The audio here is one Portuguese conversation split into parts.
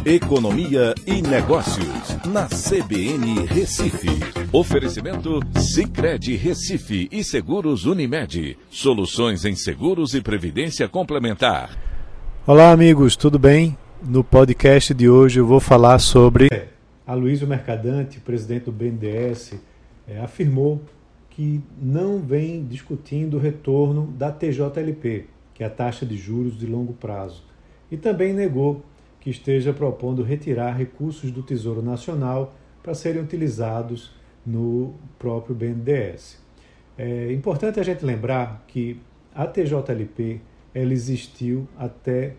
Economia e Negócios, na CBN Recife. Oferecimento Sicredi Recife e Seguros Unimed. Soluções em seguros e previdência complementar. Olá amigos, tudo bem? No podcast de hoje eu vou falar sobre... Aloysio Mercadante, presidente do BNDES, afirmou que não vem discutindo o retorno da TJLP, que é a taxa de juros de longo prazo, e também negou que esteja propondo retirar recursos do Tesouro Nacional para serem utilizados no próprio BNDES. É importante a gente lembrar que a TJLP ela existiu até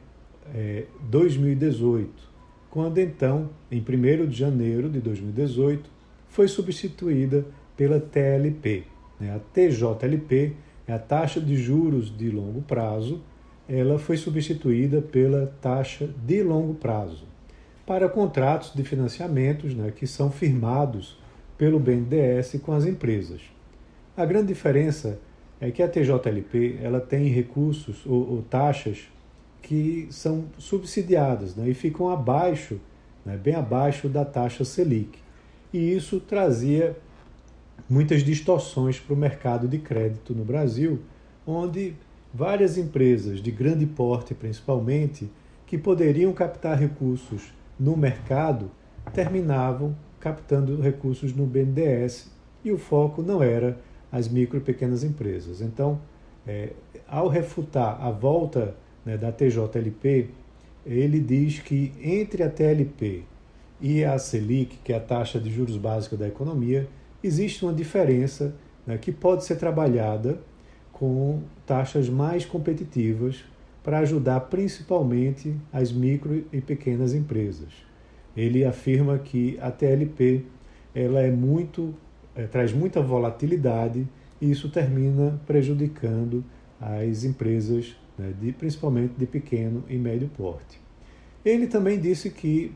2018, quando então, em 1º de janeiro de 2018, foi substituída pela TLP. A TJLP é a taxa de juros de longo prazo, ela foi substituída pela taxa de longo prazo para contratos de financiamentos, que são firmados pelo BNDES com as empresas. A grande diferença é que a TJLP ela tem recursos ou taxas que são subsidiadas e ficam abaixo, bem abaixo da taxa Selic. E isso trazia muitas distorções para o mercado de crédito no Brasil, onde várias empresas de grande porte, principalmente, que poderiam captar recursos no mercado, terminavam captando recursos no BNDES e o foco não era as micro e pequenas empresas. Então, ao refutar a volta da TJLP, ele diz que entre a TLP e a Selic, que é a taxa de juros básica da economia, existe uma diferença que pode ser trabalhada com taxas mais competitivas para ajudar principalmente as micro e pequenas empresas. Ele afirma que a TLP ela traz muita volatilidade e isso termina prejudicando as empresas, principalmente de pequeno e médio porte. Ele também disse que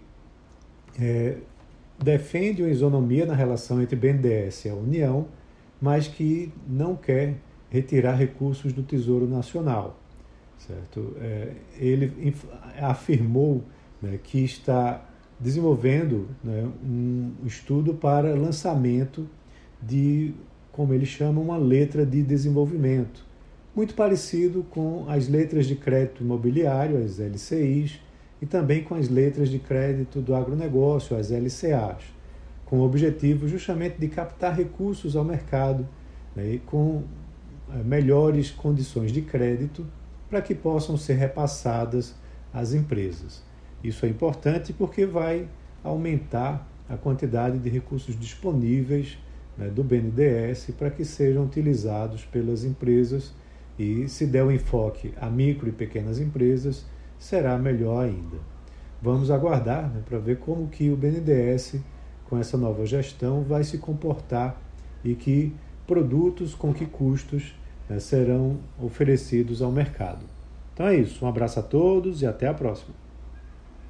defende uma isonomia na relação entre BNDES e a União, mas que não quer retirar recursos do Tesouro Nacional. Certo? Ele afirmou que está desenvolvendo um estudo para lançamento de, como ele chama, uma letra de desenvolvimento, muito parecido com as letras de crédito imobiliário, as LCIs, e também com as letras de crédito do agronegócio, as LCAs, com o objetivo justamente de captar recursos ao mercado, e com melhores condições de crédito para que possam ser repassadas às empresas. Isso é importante porque vai aumentar a quantidade de recursos disponíveis do BNDES para que sejam utilizados pelas empresas e, se der o enfoque a micro e pequenas empresas, será melhor ainda. Vamos aguardar para ver como que o BNDES, com essa nova gestão, vai se comportar e que produtos com que custos serão oferecidos ao mercado. Então é isso, um abraço a todos e até a próxima.